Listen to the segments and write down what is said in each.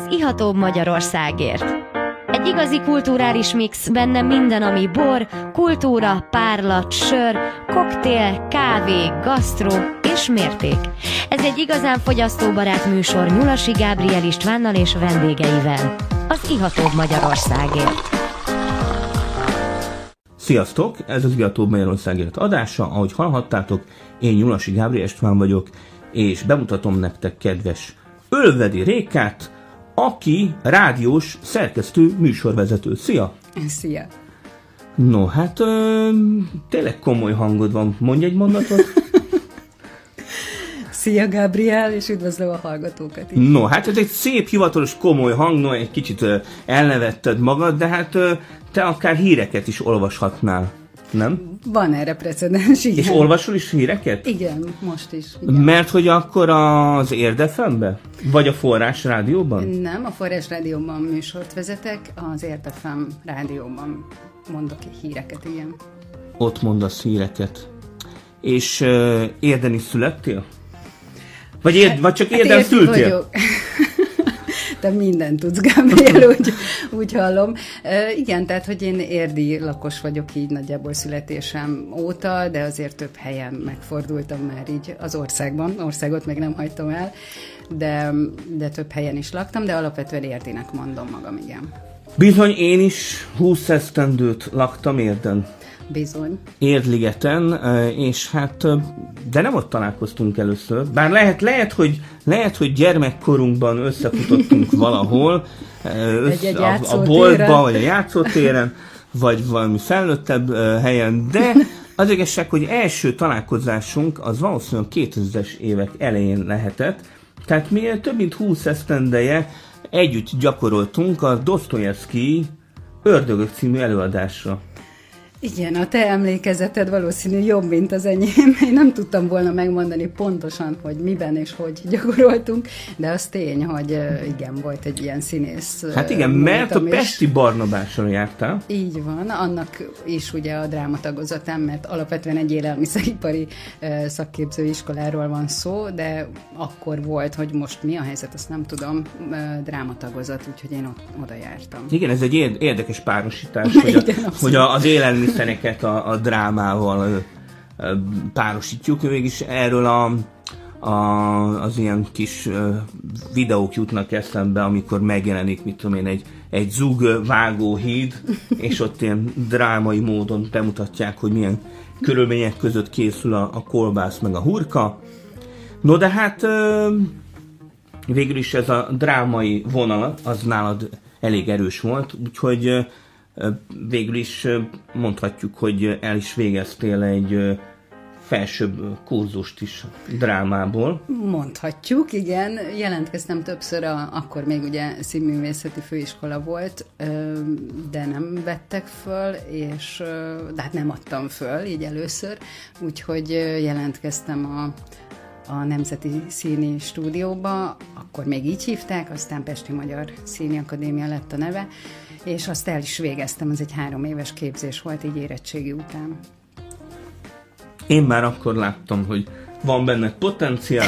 az ihatóbb Magyarországért. Egy igazi kulturális mix, benne minden, ami bor, kultúra, párlat, sör, koktél, kávé, gasztró és mérték. Ez egy igazán fogyasztóbarát műsor Nyulasi Gábriel Istvánnal és vendégeivel. Az ihatóbb Magyarországért. Sziasztok! Ez az Ihatóbb Magyarországért adása. Ahogy hallhattátok, én Nyulasi Gábriel István vagyok, és bemutatom nektek kedves Ölvedi Rékát, aki rádiós szerkesztő műsorvezető. Szia! Szia! No, hát tényleg komoly hangod van. Mondj egy mondatot. Szia, Gabriel, és üdvözlöm a hallgatókat is. No, hát ez egy szép, hivatalos, komoly hang, no, egy kicsit elnevetted magad, de hát te akár híreket is olvashatnál, nem? Van erre precedens, igen. És olvasol is híreket? Igen, most is. Igen. Mert hogy akkor az Érdefembe? Vagy a Forrás Rádióban? Nem, a Forrás Rádióban műsort vezetek, az Érdefem Rádióban mondok híreket, igen. Ott mondasz híreket. És Érden is születtél? Vagy csak Érden szültél? Te mindent tudsz, Gabriel, úgy hallom. Igen, tehát, hogy én érdi lakos vagyok így nagyjából születésem óta, de azért több helyen megfordultam már így az országban. Országot még nem hagytam el, de több helyen is laktam, de alapvetően érdinek mondom magam, igen. Bizony, én is 20 esztendőt laktam Érden. Bizony. Érdligeten, és hát, de nem ott találkoztunk először. Bár lehet, hogy gyermekkorunkban összefutottunk valahol, a boltban, vagy a játszótéren, vagy valami felnőttebb helyen, de az igazság, hogy első találkozásunk az valószínűleg 2000-es évek elején lehetett, tehát mi több mint 20 esztendeje együtt gyakoroltunk a Dosztojevszkij Ördögök című előadásra. Igen, a te emlékezeted valószínű jobb, mint az enyém. Én nem tudtam volna megmondani pontosan, hogy miben és hogy gyakoroltunk, de az tény, hogy igen, volt egy ilyen színész. Hát igen, mert a Pesti Barnabásra jártál. Így van, annak is ugye a drámatagozatán, mert alapvetően egy élelmiszeripari szakképzőiskoláról van szó, de akkor volt, hogy most mi a helyzet, azt nem tudom, drámatagozat, úgyhogy én oda jártam. Igen, ez egy érdekes párosítás, hogy az élelmiszer szereket a drámával párosítjuk. Végülis erről az ilyen kis videók jutnak eszembe, amikor megjelenik, mit tudom én, egy zugvágóhíd, és ott ilyen drámai módon bemutatják, hogy milyen körülmények között készül a kolbász meg a hurka. No de hát végül is ez a drámai vonal az nálad elég erős volt, úgyhogy végül is mondhatjuk, hogy el is végeztél egy felsőbb kurzust is drámából. Mondhatjuk, igen. Jelentkeztem többször, akkor még ugye színművészeti főiskola volt, de nem vettek föl, és de hát nem adtam föl, így először, úgyhogy jelentkeztem a Nemzeti Színi Stúdióba, akkor még így hívták, aztán Pesti Magyar Színi Akadémia lett a neve, és azt el is végeztem, ez egy 3 éves képzés volt, így érettségi után. Én már akkor láttam, hogy van benned potenciál.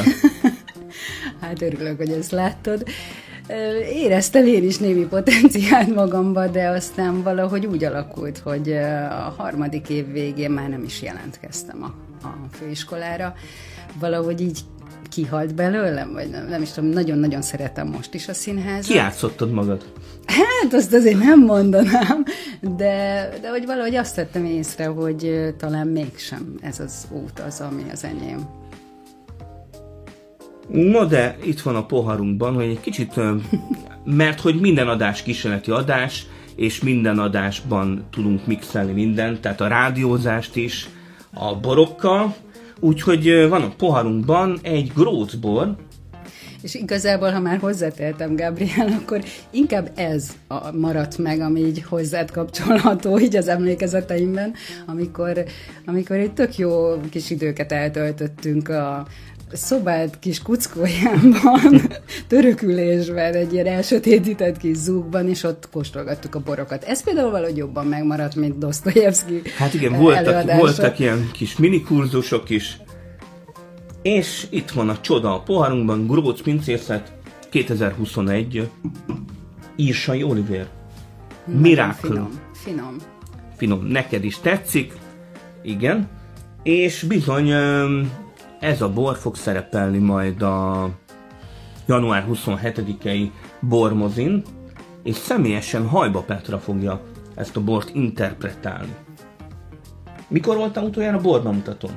Hát örülök, hogy ezt láttad. Éreztem én is némi potenciált magamba, de aztán valahogy úgy alakult, hogy a 3. év végén már nem is jelentkeztem a főiskolára. Valahogy így kihalt belőlem, vagy nem is tudom, nagyon-nagyon szeretem most is a színházat. Kijátszottad magad? Hát azt azért nem mondanám, de hogy valahogy azt vettem észre, hogy talán mégsem ez az út az, ami az enyém. No de itt van a poharunkban, hogy egy kicsit, mert hogy minden adás kísérleti adás, és minden adásban tudunk mixelni mindent, tehát a rádiózást is a borokkal, úgyhogy van a poharunkban egy grócbor. És igazából, ha már hozzáteltem, Gabriel, akkor inkább ez maradt meg, ami így hozzád kapcsolható, így az emlékezeteimben, amikor egy tök jó kis időket eltöltöttünk a szobád kis kuckójában, törökülésben, egy ilyen elsötétített kis zúgban, és ott kóstolgattuk a borokat. Ez például valahogy jobban megmaradt, mint Dosztojevszkij. Hát igen, voltak ilyen kis minikurzusok is, és itt van a csoda a poharunkban, Gróc pincészet 2021 Írsai Olivér. Miracle. Finom. Neked is tetszik? Igen. És bizony ez a bor fog szerepelni majd a január 27-i bormozin, és személyesen Hajba Petra fogja ezt a bort interpretálni. Mikor voltam utoljára borbemutatón?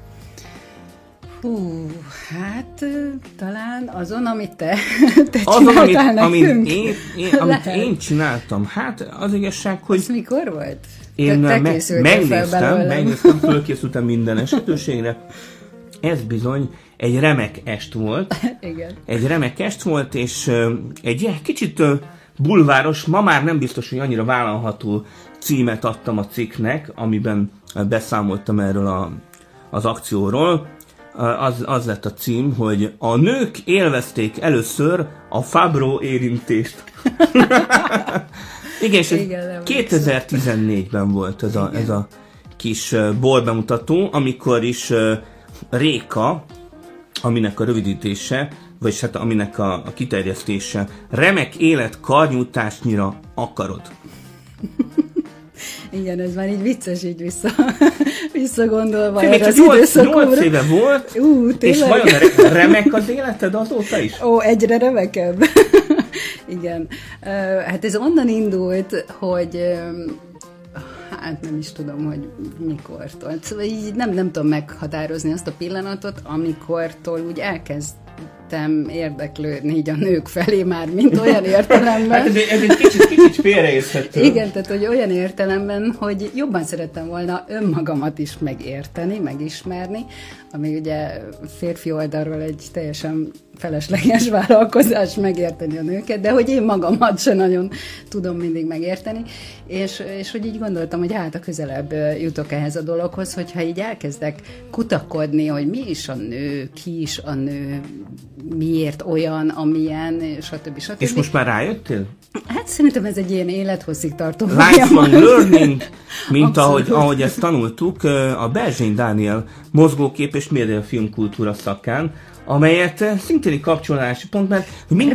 Hát talán azon, amit te azon, amit én csináltam. Hát az igazság, hogy... Ez mikor volt? Én megnéztem, fölkészültem minden esetőségre. Ez bizony egy remek est volt. Igen. Egy remek est volt, és egy ilyen kicsit bulváros, ma már nem biztos, hogy annyira vállalható címet adtam a cikknek, amiben beszámoltam erről az akcióról. Az lett a cím, hogy a nők élvezték először a Fabro érintést. Igen, és 2014-ben volt ez a kis borbemutató, amikor is Réka, aminek a rövidítése, vagyis hát aminek a kiterjesztése, remek élet karnyújtásnyira akarod. Igen, ez már így vicces, így visszagondolva erre az időszakomra. 8 éve volt, és vajon remek az életed azóta is? Ó, egyre remekebb. Igen. Hát ez onnan indult, hogy hát nem is tudom, hogy mikortól. Szóval így nem tudom meghatározni azt a pillanatot, amikortól úgy elkezdtem érdeklődni így a nők felé már, mint olyan értelemben. Hát ez egy kicsit félreérthető. Igen, tehát hogy olyan értelemben, hogy jobban szerettem volna önmagamat is megérteni, megismerni, ami ugye férfi oldalról egy teljesen felesleges vállalkozás megérteni a nőket, de hogy én magamat sem nagyon tudom mindig megérteni, és hogy így gondoltam, hogy hát a közelebb jutok ehhez a dologhoz, hogyha így elkezdek kutakodni, hogy mi is a nő, ki is a nő, miért olyan, amilyen, stb. És most már rájöttél? Hát szerintem ez egy ilyen élethosszig tartó lifelong learning, mint ahogy ezt tanultuk a Berzsény Dániel mozgókép és média filmkultúra szakán, amelyet szintén kapcsolási pont, mert mind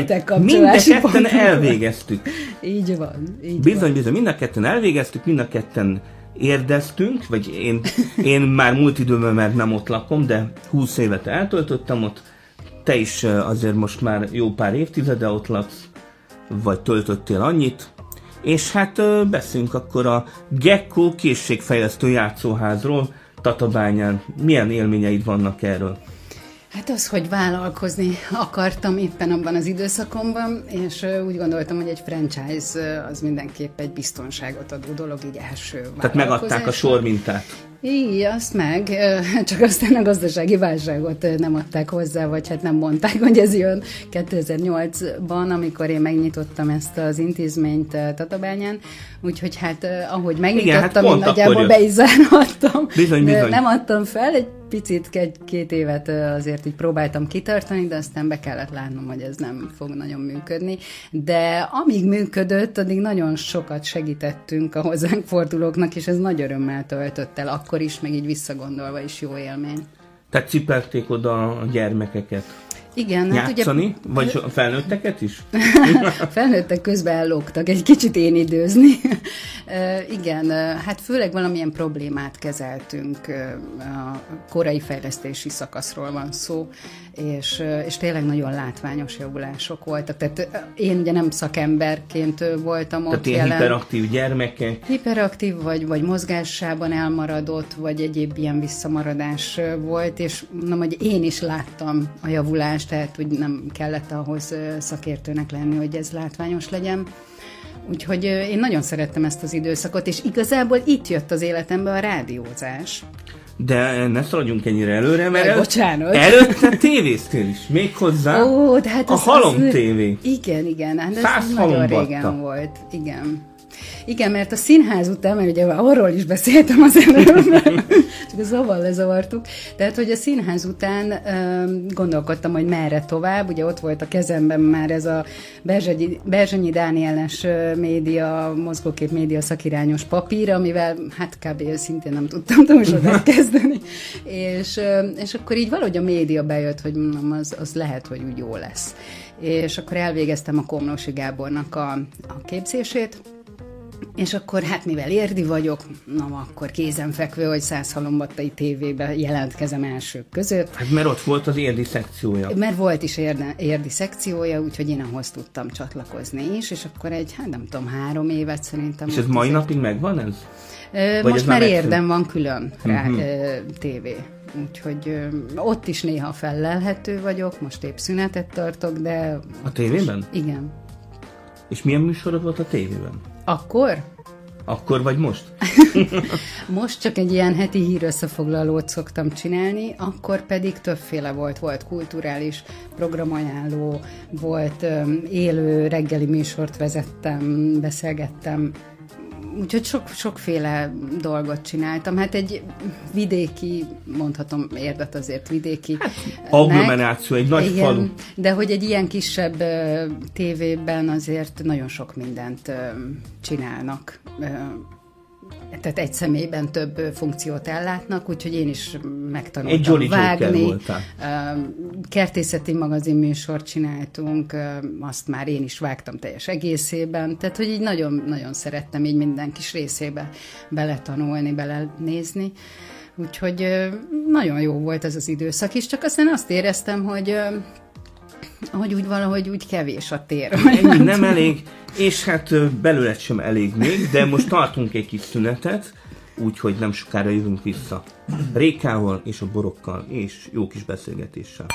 a ketten elvégeztük. Így van. Bizony, mind a ketten elvégeztük, mind a ketten érdeztünk, vagy én már múlt időben már nem ott lakom, de 20 évet eltöltöttem ott, te is azért most már jó pár évtizede ott laksz, vagy töltöttél annyit, és hát beszéljünk akkor a Gecko készségfejlesztő játszóházról Tatabányán. Milyen élményeid vannak erről? Hát az, hogy vállalkozni akartam éppen abban az időszakomban, és úgy gondoltam, hogy egy franchise az mindenképp egy biztonságot adó dolog, így első vállalkozás. Tehát megadták a sormintát. Így, azt meg, csak aztán a gazdasági válságot nem adták hozzá, vagy hát nem mondták, hogy ez jön 2008-ban, amikor én megnyitottam ezt az intézményt Tatabányán, úgyhogy hát ahogy megnyitottam, én nagyjából be is zárhattam. Bizony. Nem adtam fel, egy picit, 2 évet azért így próbáltam kitartani, de aztán be kellett látnom, hogy ez nem fog nagyon működni. De amíg működött, addig nagyon sokat segítettünk a hozzánk fordulóknak, és ez nagy örömmel töltött el, akkor is, meg így visszagondolva is jó élmény. Tehát cipelték oda a gyermekeket? Igen. Játszani? Hát ugye, vagy a felnőtteket is? Felnőttek közben ellógtak egy kicsit én időzni. Igen, hát főleg valamilyen problémát kezeltünk, a korai fejlesztési szakaszról van szó, és tényleg nagyon látványos javulások voltak. Tehát én ugye nem szakemberként voltam ott jelen. Tehát hiperaktív gyermekek? Hiperaktív, vagy mozgásában elmaradott, vagy egyéb ilyen visszamaradás volt, és mondom, hogy én is láttam a javulást, tehát hogy nem kellett ahhoz szakértőnek lenni, hogy ez látványos legyen. Úgyhogy én nagyon szerettem ezt az időszakot, és igazából itt jött az életembe a rádiózás. De ne szaladjunk ennyire előre, mert előtte tévéztél is, méghozzá de hát a Halom TV. Igen, hát ez nagyon régen volt, Igen, mert a színház után, mert ugye arról is beszéltem az előbb, csak a zavar lezavartuk, tehát, hogy a színház után gondolkodtam, hogy merre tovább, ugye ott volt a kezemben már ez a Berzsenyi Dánieles média, mozgókép média szakirányos papír, amivel hát kb. Szintén nem tudtam túl sokat kezdeni, és akkor így valahogy a média bejött, hogy az lehet, hogy úgy jó lesz. és akkor elvégeztem a Komlósi Gábornak a képzését, és akkor hát mivel érdi vagyok, na akkor kézenfekvő, hogy Szászhalombattai tévébe jelentkezem elsők között. Hát mert ott volt az érdi szekciója. Mert volt is érdi szekciója, úgyhogy én ahhoz tudtam csatlakozni is, és akkor hát nem tudom, 3 évet szerintem. És ez mai napig megvan ez? Most már Érden van külön rá tévé. Úgyhogy ott is néha fellelhető vagyok, most épp szünetet tartok, de... A tévében? Igen. És milyen műsorod volt a tévében? Akkor? Akkor vagy most? Most csak egy ilyen heti hírösszefoglalót szoktam csinálni, akkor pedig többféle volt. Volt kulturális programajánló, volt élő reggeli műsort vezettem, beszélgettem, úgyhogy sokféle dolgot csináltam. Hát egy vidéki, mondhatom, Érdet azért vidéki. Hát, agglomeráció, egy nagy igen, falu. de hogy egy ilyen kisebb tévében azért nagyon sok mindent csinálnak. Tehát egy személyben több funkciót ellátnak, úgyhogy én is megtanultam vágni. Kertészeti magazin műsort csináltunk, azt már én is vágtam teljes egészében, tehát hogy így nagyon, nagyon szerettem így minden kis részébe beletanulni, belenézni. Úgyhogy nagyon jó volt ez az időszak is, csak aztán azt éreztem, hogy úgy valahogy úgy kevés a tér. Ennyi nem elég, és hát belőle sem elég még, de most tartunk egy kis szünetet, úgyhogy nem sokára jövünk vissza. Rékával és a borokkal, és jó kis beszélgetéssel.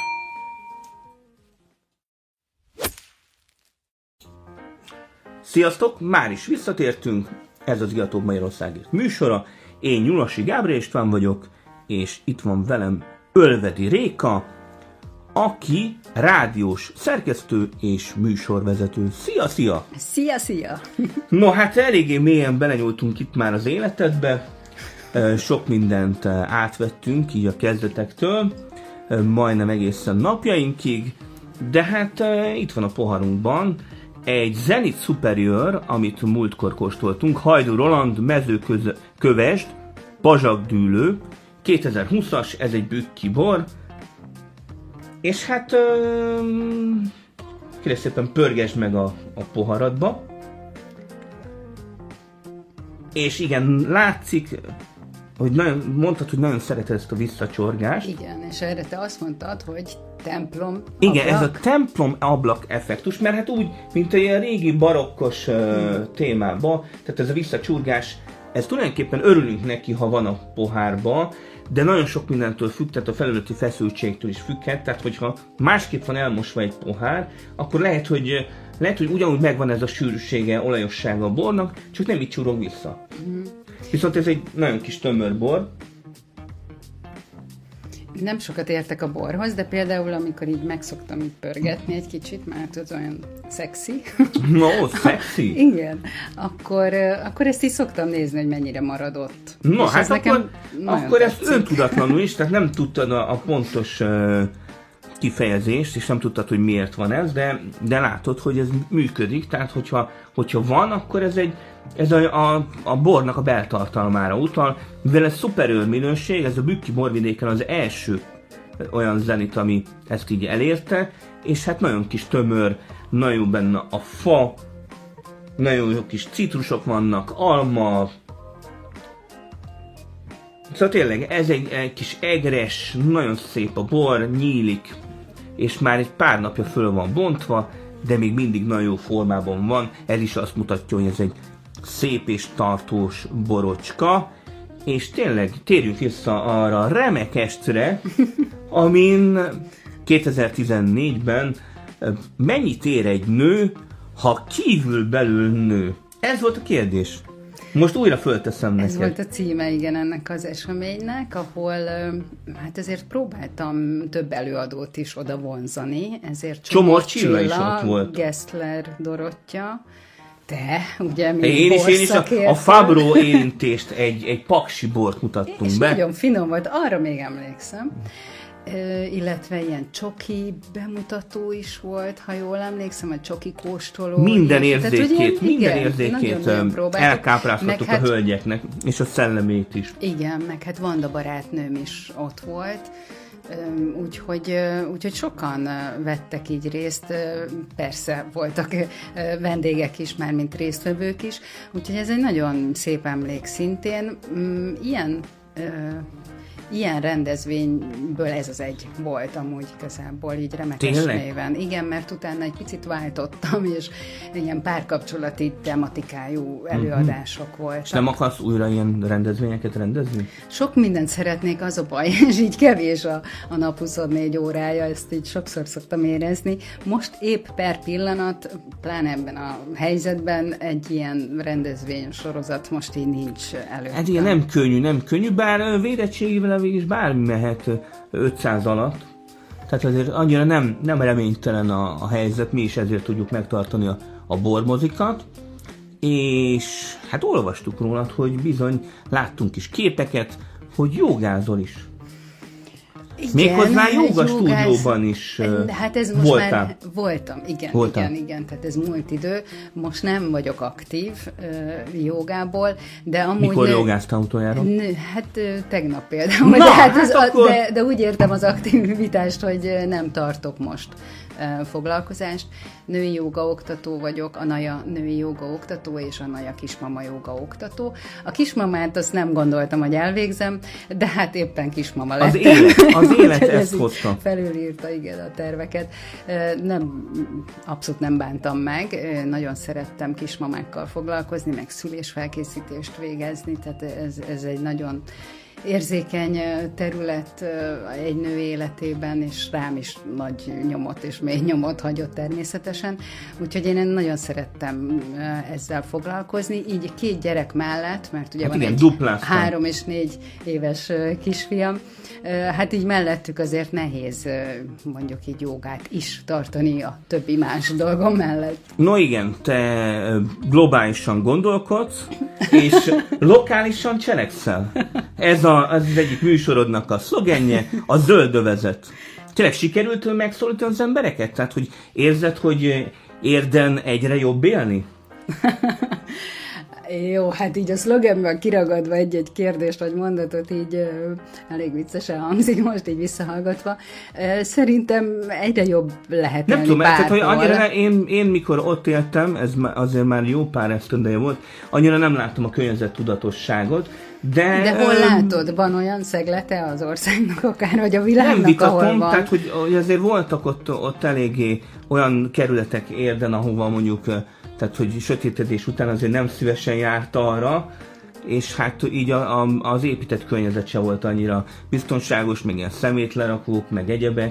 Sziasztok, már is visszatértünk, ez az Igatóbb Magyarországért műsora, én Nyulasi Gábor István vagyok, és itt van velem Ölvedi Réka, aki rádiós szerkesztő és műsorvezető. Szia, szia! Szia, szia! No, hát eléggé mélyen belenyúltunk itt már az életedbe. Sok mindent átvettünk így a kezdetektől, majdnem egészen napjainkig, de hát itt van a poharunkban egy Zenit Superior, amit múltkor kóstoltunk, Hajdú Roland mezőkövesd, Bazsagdűlő, 2020-as, ez egy bükki bor, és hát kérlek szépen pörgesd meg a poharadba. És igen, látszik, hogy mondtad, hogy nagyon szereted ezt a visszacsorgást. Igen, és erre te azt mondtad, hogy templom ablak. Igen, ez a templom ablak effektus, mert hát úgy, mint egy ilyen régi barokkos témában, tehát ez a visszacsurgás, ez tulajdonképpen örülünk neki, ha van a pohárba, de nagyon sok mindentől függ, tehát a felületi feszültségtől is függhet, tehát hogyha másképp van elmosva egy pohár, akkor lehet, hogy ugyanúgy megvan ez a sűrűsége, olajossága a bornak, csak nem így csurog vissza. Viszont ez egy nagyon kis tömör bor. Nem sokat értek a borhoz, de például amikor így megszoktam így pörgetni egy kicsit, mert az olyan szexi. No, szexi? Igen. Akkor ezt így szoktam nézni, hogy mennyire maradott. No, és hát akkor ezt öntudatlanul is, tehát nem tudtad a pontos kifejezést, és nem tudtad, hogy miért van ez, de látod, hogy ez működik, tehát hogyha van, akkor ez a bornak a beltartalmára utal, mivel ez szuperőr minőség, ez a bükki borvidéken az első olyan zenit, ami ezt így elérte, és hát nagyon kis tömör, nagyon jó benne a fa, nagyon jó kis citrusok vannak, alma, szóval tényleg ez egy kis egres, nagyon szép a bor, nyílik, és már egy pár napja föl van bontva, de még mindig nagyon jó formában van, ez is azt mutatja, hogy ez egy szép és tartós borocska, és tényleg térjünk vissza arra a remek estre, amin 2014-ben mennyit ér egy nő, ha kívül-belül nő? Ez volt a kérdés. Most újra fölteszem neked. Ez volt a címe, igen, ennek az eseménynek, ahol hát ezért próbáltam több előadót is oda vonzani, ezért Csomor Csilla is ott volt. Gessler Dorottya, te, ugye, mint én is a Fabro érintést, egy paksi bort mutattunk és be. Nagyon finom volt, arra még emlékszem. Illetve ilyen csoki bemutató is volt, ha jól emlékszem, a csoki kóstoló. Minden érzékét elkápráztattuk a hölgyeknek, és a szellemét is. Igen, meg hát Vanda barátnőm is ott volt, Úgyhogy sokan vettek így részt, persze voltak vendégek is, már mint résztvevők is, úgyhogy ez egy nagyon szép emlék szintén. Ilyen rendezvényből ez az egy volt amúgy igazából így Remekes néven. Igen, mert utána egy picit váltottam, és ilyen párkapcsolati tematikájú előadások voltak. És nem akarsz újra ilyen rendezvényeket rendezni? Sok mindent szeretnék, az a baj, és így kevés a nap 24 órája, ezt így sokszor szoktam érezni. Most épp per pillanat, pláne ebben a helyzetben egy ilyen rendezvény sorozat most így nincs előttem. Hát igen, nem könnyű, bár védettségével is bármi mehet 500 alatt. Tehát azért annyira nem reménytelen a helyzet, mi is ezért tudjuk megtartani a bormozikat. És hát olvastuk rólad, hogy bizony láttunk is képeket, hogy jogázol is. Méghozzá jóga stúdióban is hát ez most voltál. Már voltam, igen, tehát ez múlt idő. Most nem vagyok aktív jogából, de amúgy... Mikor jogáztál utoljára? Hát tegnap például. De úgy értem az aktivitást, hogy nem tartok most foglalkozást. Női jógaoktató vagyok, a Naja női jógaoktató és a Naja kismama jógaoktató. A kismamát azt nem gondoltam, hogy elvégzem, de hát éppen kismama lettem. Az élet ezt hozta. Felülírta, igen, a terveket. Abszolút nem bántam meg. Nagyon szerettem kismamákkal foglalkozni, meg szülésfelkészítést végezni, tehát ez egy nagyon érzékeny terület egy nő életében, és rám is nagy nyomot és mély nyomot hagyott természetesen. Úgyhogy én nagyon szerettem ezzel foglalkozni, így 2 gyerek mellett, mert ugye van egy 3 és 4 éves kisfiam, hát így mellettük azért nehéz mondjuk így jogát is tartani a többi más dolgom mellett. No igen, te globálisan gondolkodsz, és lokálisan cselekszel. Ez az egyik műsorodnak a szlogenje, a zöld övezet. Tényleg sikerült megszólítani az embereket? Tehát, hogy érzed, hogy Érden egyre jobb élni? Jó, hát így a szlogenben kiragadva egy-egy kérdést vagy mondatot így elég viccesen hangzik most így visszahallgatva. Szerintem egyre jobb lehet nem tudom, tehát, hogy annyira én mikor ott éltem, ez azért már jó pár esztendeje volt, annyira nem láttam a környezettudatosságot, de hol látod? Van olyan szeglete az országnak akár, vagy a világnak, nem vitatom, ahol van? Tehát, hogy azért voltak ott eléggé olyan kerületek Érden, ahova mondjuk, tehát, hogy sötétedés után azért nem szívesen járt arra, és hát így az épített környezet se volt annyira biztonságos, meg ilyen szemétlerakók, meg egyebek.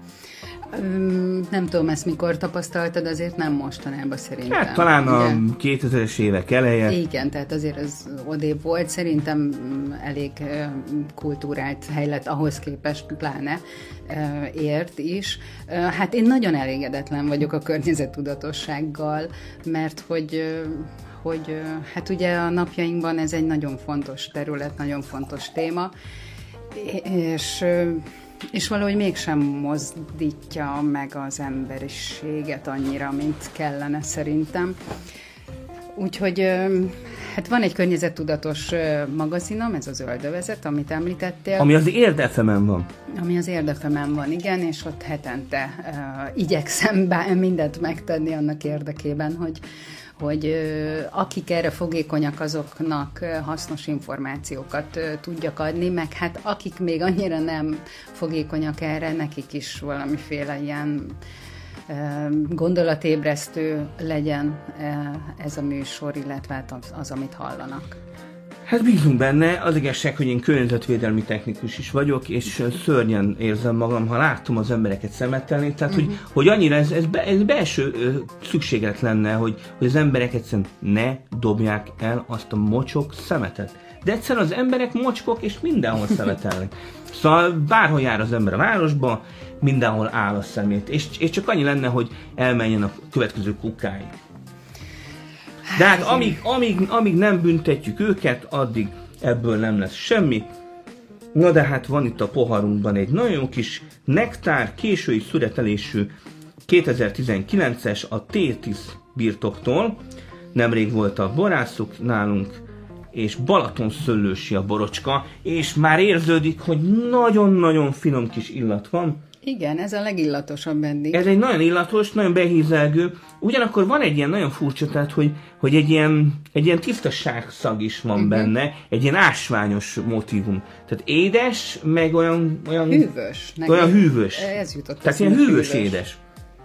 Nem tudom, ezt mikor tapasztaltad, azért nem mostanában szerintem. Hát talán a 2000-es évek eleje. Igen, tehát azért az odébb volt, szerintem elég kultúrált hely lett ahhoz képest, pláne Érd is. Hát én nagyon elégedetlen vagyok a környezettudatossággal, mert hogy hát ugye a napjainkban ez egy nagyon fontos terület, nagyon fontos téma, és valahogy mégsem mozdítja meg az emberiséget annyira, mint kellene szerintem. Úgyhogy hát van egy környezettudatos magazinom, ez a Zöld övezet, amit említettél. Ami az Érd FM-en van. Ami az Érd FM-en van, igen, és ott hetente igyekszem mindent megtenni annak érdekében, hogy akik erre fogékonyak, azoknak hasznos információkat tudjak adni, meg hát akik még annyira nem fogékonyak erre, nekik is valamiféle ilyen gondolatébresztő legyen ez a műsor, illetve hát az, amit hallanak. Hát bízunk benne, az igazság, hogy én környezetvédelmi technikus is vagyok, és szörnyen érzem magam, ha látom az embereket szemetelni, tehát hogy annyira ez belső szükséglet lenne, hogy az emberek egyszerűen ne dobják el azt a mocsok szemetet. De egyszerűen az emberek mocskok, és mindenhol szemetelnek. Szóval bárhol jár az ember a városba, mindenhol áll a szemét, és csak annyi lenne, hogy elmenjen a következő kukáig. De hát amíg nem büntetjük őket, addig ebből nem lesz semmi. Na de hát van itt a poharunkban egy nagyon kis nektár, késői születelésű 2019-es a Tétis birtoktól. Nemrég volt a borászuk nálunk, és Balatonszöllősi a borocska, és már érződik, hogy nagyon-nagyon finom kis illat van. Igen, ez a legillatosabb eddig. Ez egy nagyon illatos, nagyon behízelgő, ugyanakkor van egy ilyen nagyon furcsa, tehát, hogy egy ilyen tisztaságszag is van benne, egy ilyen ásványos motívum. Tehát édes, meg olyan hűvös. Olyan hűvös. Ez jutott. Tehát ilyen hűvös édes.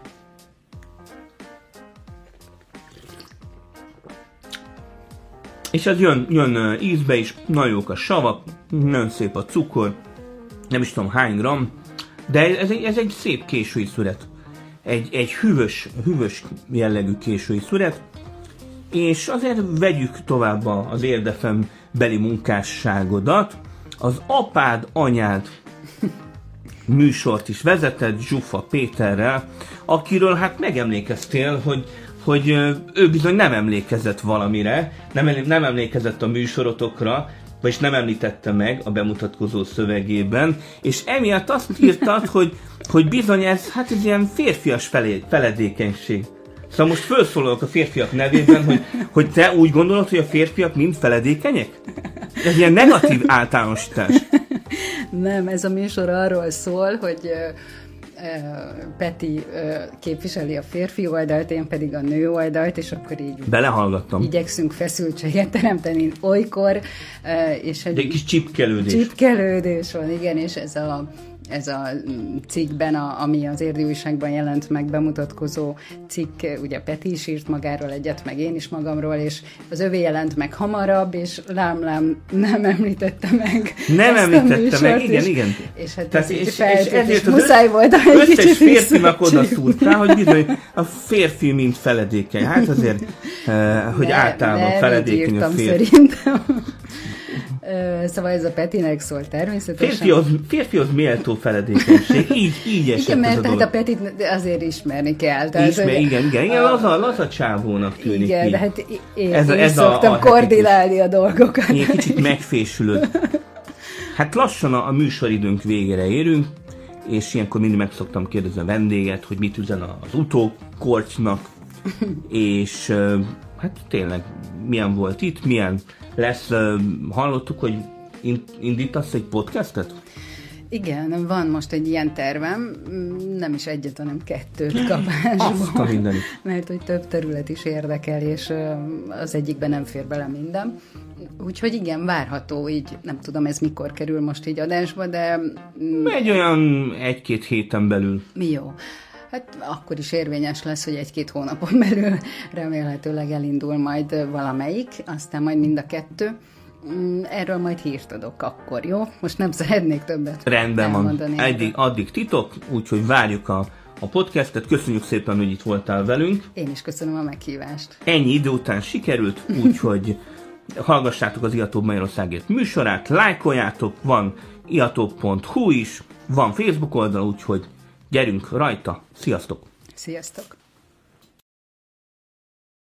És az jön ízbe is, nagyon jók a savak, nagyon szép a cukor, nem is tudom hány gram, de ez egy szép késői szület. Egy hűvös jellegű késői szület, és azért vegyük tovább az érdefem beli munkásságodat. Az Apád Anyád műsort is vezetett Zsufa Péterrel, akiről hát megemlékeztél, hogy ő bizony nem emlékezett valamire, nem emlékezett a műsorotokra, vagyis nem említette meg a bemutatkozó szövegében, és emiatt azt írtad, hogy bizony ez ilyen férfias feledékenység. Szóval most felszólalok a férfiak nevében, hogy te úgy gondolod, hogy a férfiak mind feledékenyek? Ez ilyen negatív általánosítás. Nem, ez a műsor arról szól, hogy Peti képviseli a férfi oldalt, én pedig a nő oldalt, és akkor így belehallgattam. Igyekszünk feszültséget teremteni olykor. És egy kis csipkelődés. Csipkelődés van, igen, és ez a cikkben, ami az Érdi Újságban jelent meg, bemutatkozó cikk, ugye Peti is írt magáról egyet, meg én is magamról, és az övé jelent meg hamarabb, és lám nem említette meg. Nem említette meg, igen. És hát ez így feltűnt, és muszáj volt egy összes férfinak oda szúrtál, hogy bizony a férfi mint feledékeny. Hát azért, hogy általában feledékeny a férfi. Szerintem. Szóval ez a Petinek szól természetesen. Férfihoz méltó feledékenység, így esett igen, mert ez a dolog. Hát a Petit azért ismerni kell. Igen, laza csávónak tűnik. Igen, így. De hát én szoktam koordinálni a dolgokat. Én kicsit megfésülök. Hát lassan a műsoridőnk végére érünk, és ilyenkor mindig meg szoktam kérdezni a vendéget, hogy mit üzen az utókorcsnak, és hát tényleg milyen volt itt, milyen lesz. Hallottuk, hogy indítasz egy podcastet? Igen, van most egy ilyen tervem, nem is egyet, hanem 2 kapásból, mert hogy több terület is érdekel, és az egyikben nem fér bele minden. Úgyhogy igen, várható így, nem tudom ez mikor kerül most így adásba, de... Egy olyan 1-2 héten belül. Jó. Hát akkor is érvényes lesz, hogy 1-2 hónapon belül remélhetőleg elindul majd valamelyik, aztán majd mind a 2. Erről majd hírt adok akkor, jó? Most nem szeretnék többet rendben van. Addig titok, úgyhogy várjuk a podcastet. Köszönjük szépen, hogy itt voltál velünk. Én is köszönöm a meghívást. Ennyi idő után sikerült, úgyhogy hallgassátok az Ihatóbb Magyarországért műsorát, lájkoljátok, van ihatóbb.hu is, van Facebook oldal, úgyhogy gyerünk rajta. Sziasztok! Sziasztok!